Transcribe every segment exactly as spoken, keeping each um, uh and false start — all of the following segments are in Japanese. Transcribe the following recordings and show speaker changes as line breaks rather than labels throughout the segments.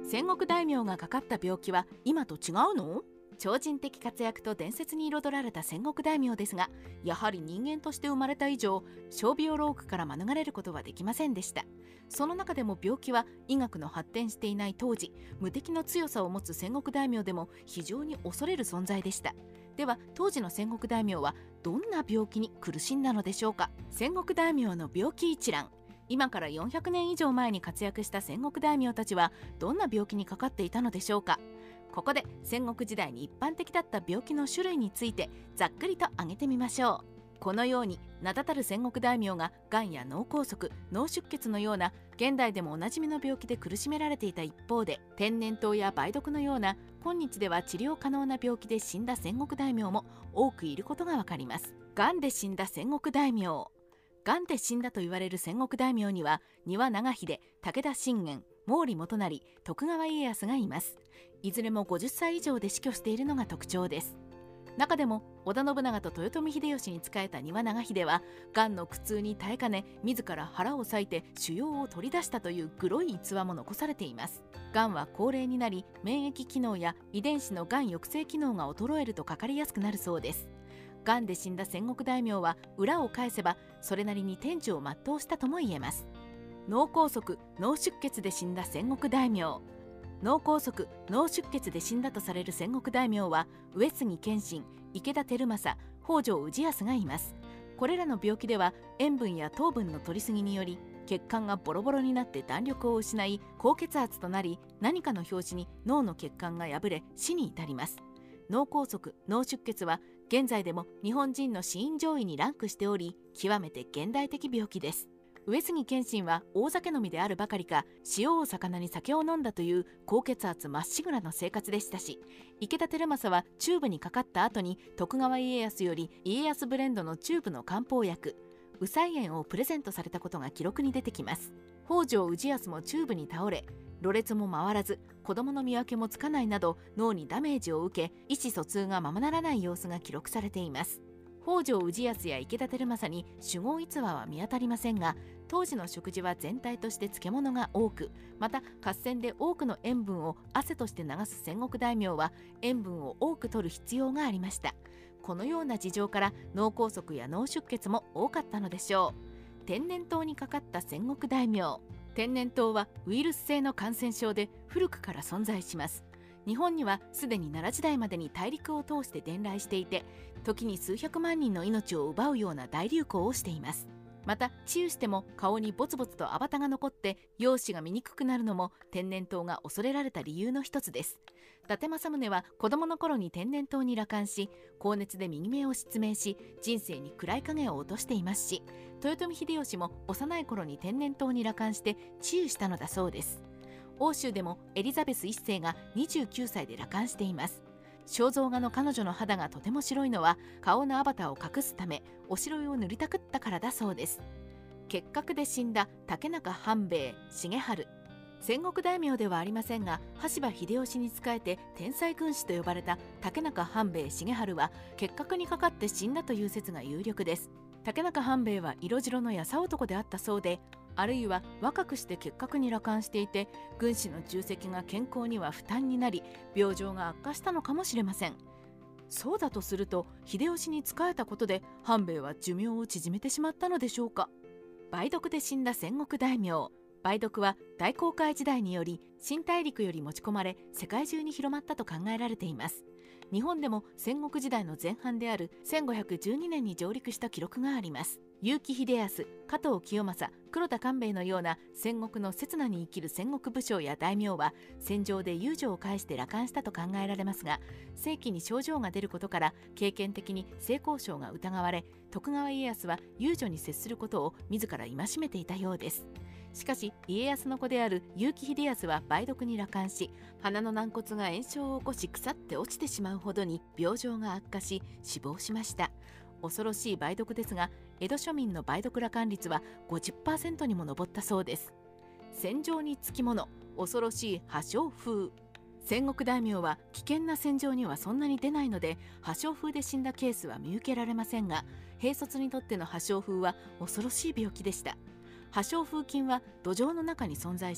戦国大名がかかった病気は今と違うの？超人的活躍と伝説に彩られた戦国大名ですが、やはり人間として生まれた以上、傷病ロークから免れることはできませんでした。その中でも病気は医学の発展していない当時、無敵の強さを持つ戦国大名でも非常に恐れる存在でした。では当時の戦国大名はどんな病気に苦しんだのでしょうか。戦国大名の病気一覧。今からよんひゃくねん以上前に活躍した戦国大名たちはどんな病気にかかっていたのでしょうか。ここで戦国時代に一般的だった病気の種類についてざっくりと挙げてみましょう。このように名だたる戦国大名ががんや脳梗塞、脳出血のような現代でもおなじみの病気で苦しめられていた一方で、天然痘や梅毒のような今日では治療可能な病気で死んだ戦国大名も多くいることがわかります。がんで死んだ戦国大名。がんで死んだと言われる戦国大名には丹羽長秀、武田信玄、毛利元就、徳川家康がいます。いずれもごじゅっさい以上で死去しているのが特徴です。中でも織田信長と豊臣秀吉に仕えた丹羽長秀はがんの苦痛に耐えかね、自ら腹を裂いて腫瘍を取り出したというグロい逸話も残されています。がんは高齢になり、免疫機能や遺伝子のがん抑制機能が衰えるとかかりやすくなるそうです。がんで死んだ戦国大名は裏を返せばそれなりに天寿を全うしたとも言えます。脳梗塞、脳出血で死んだ戦国大名。脳梗塞、脳出血で死んだとされる戦国大名は上杉謙信、池田輝政、北条氏康がいます。これらの病気では塩分や糖分の摂りすぎにより血管がボロボロになって弾力を失い、高血圧となり、何かの拍子に脳の血管が破れ死に至ります。脳梗塞、脳出血は現在でも日本人の死因上位にランクしており、極めて現代的病気です。上杉謙信は大酒飲みであるばかりか、塩を魚に酒を飲んだという高血圧まっしぐらの生活でしたし、池田輝政はチューブにかかった後に徳川家康より家康ブレンドのチューブの漢方薬右斎塩をプレゼントされたことが記録に出てきます。北条氏康もチューブに倒れ、ろれつも回らず子供の見分けもつかないなど脳にダメージを受け、意思疎通がままならない様子が記録されています。北条氏康や池田輝政に酒豪逸話は見当たりませんが、当時の食事は全体として漬物が多く、また合戦で多くの塩分を汗として流す戦国大名は塩分を多く摂る必要がありました。このような事情から脳梗塞や脳出血も多かったのでしょう。天然痘にかかった戦国大名。天然痘はウイルス性の感染症で古くから存在します。日本にはすでに奈良時代までに大陸を通して伝来していて、時に数百万人の命を奪うような大流行をしています。また治癒しても顔にボツボツとアバタが残って容姿が見にくくなるのも天然痘が恐れられた理由の一つです。伊達政宗は子供の頃に天然痘に羅漢し、高熱で右目を失明し、人生に暗い影を落としていますし、豊臣秀吉も幼い頃に天然痘に羅漢して治癒したのだそうです。欧州でもエリザベス一世がにじゅうきゅうさいで羅漢しています。肖像画の彼女の肌がとても白いのは顔のアバターを隠すためおしろいを塗りたくったからだそうです。結核で死んだ竹中半兵衛重治。戦国大名ではありませんが、羽柴秀吉に仕えて天才軍師と呼ばれた竹中半兵衛重治は結核にかかって死んだという説が有力です。竹中半兵衛は色白の優男であったそうで、あるいは若くして結核に羅漢していて、軍師の重責が健康には負担になり病状が悪化したのかもしれません。そうだとすると秀吉に仕えたことで半兵衛は寿命を縮めてしまったのでしょうか。梅毒で死んだ戦国大名。梅毒は大航海時代により新大陸より持ち込まれ世界中に広まったと考えられています。日本でも戦国時代の前半であるせんごひゃくじゅうにねんに上陸した記録があります。結城秀康、加藤清正、黒田官兵衛のような戦国の刹那に生きる戦国武将や大名は戦場で遊女を介して羅漢したと考えられますが、正規に症状が出ることから経験的に性交渉が疑われ、徳川家康は遊女に接することを自ら戒めていたようです。しかし家康の子である結城秀康は梅毒に羅漢し、鼻の軟骨が炎症を起こし腐って落ちてしまうほどに病状が悪化し死亡しました。恐ろしい梅毒ですが、江戸庶民の梅毒羅漢率は ごじゅっパーセント にも上ったそうです。戦場につきもの、恐ろしい破傷風。戦国大名は危険な戦場にはそんなに出ないので破傷風で死んだケースは見受けられませんが、兵卒にとっての破傷風は恐ろしい病気でした。破傷風菌は土壌の中に存在し、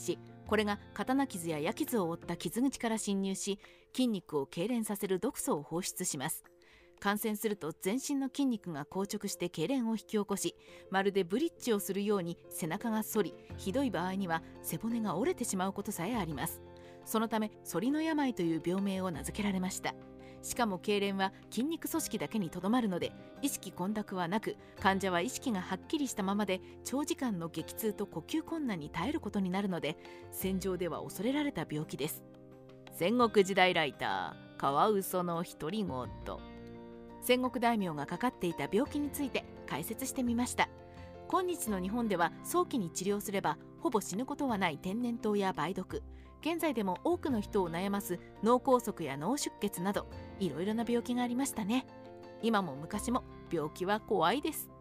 これが刀傷や矢傷を負った傷口から侵入し、筋肉を痙攣させる毒素を放出します。感染すると全身の筋肉が硬直して痙攣を引き起こし、まるでブリッジをするように背中が反り、ひどい場合には背骨が折れてしまうことさえあります。そのため反りの病という病名を名付けられました。しかも痙攣は筋肉組織だけにとどまるので、意識混濁はなく、患者は意識がはっきりしたままで長時間の激痛と呼吸困難に耐えることになるので、戦場では恐れられた病気です。戦国時代ライターカワウソの独り言。戦国大名がかかっていた病気について解説してみました。今日の日本では早期に治療すればほぼ死ぬことはない天然痘や梅毒、現在でも多くの人を悩ます脳梗塞や脳出血など、いろいろな病気がありましたね。今も昔も病気は怖いです。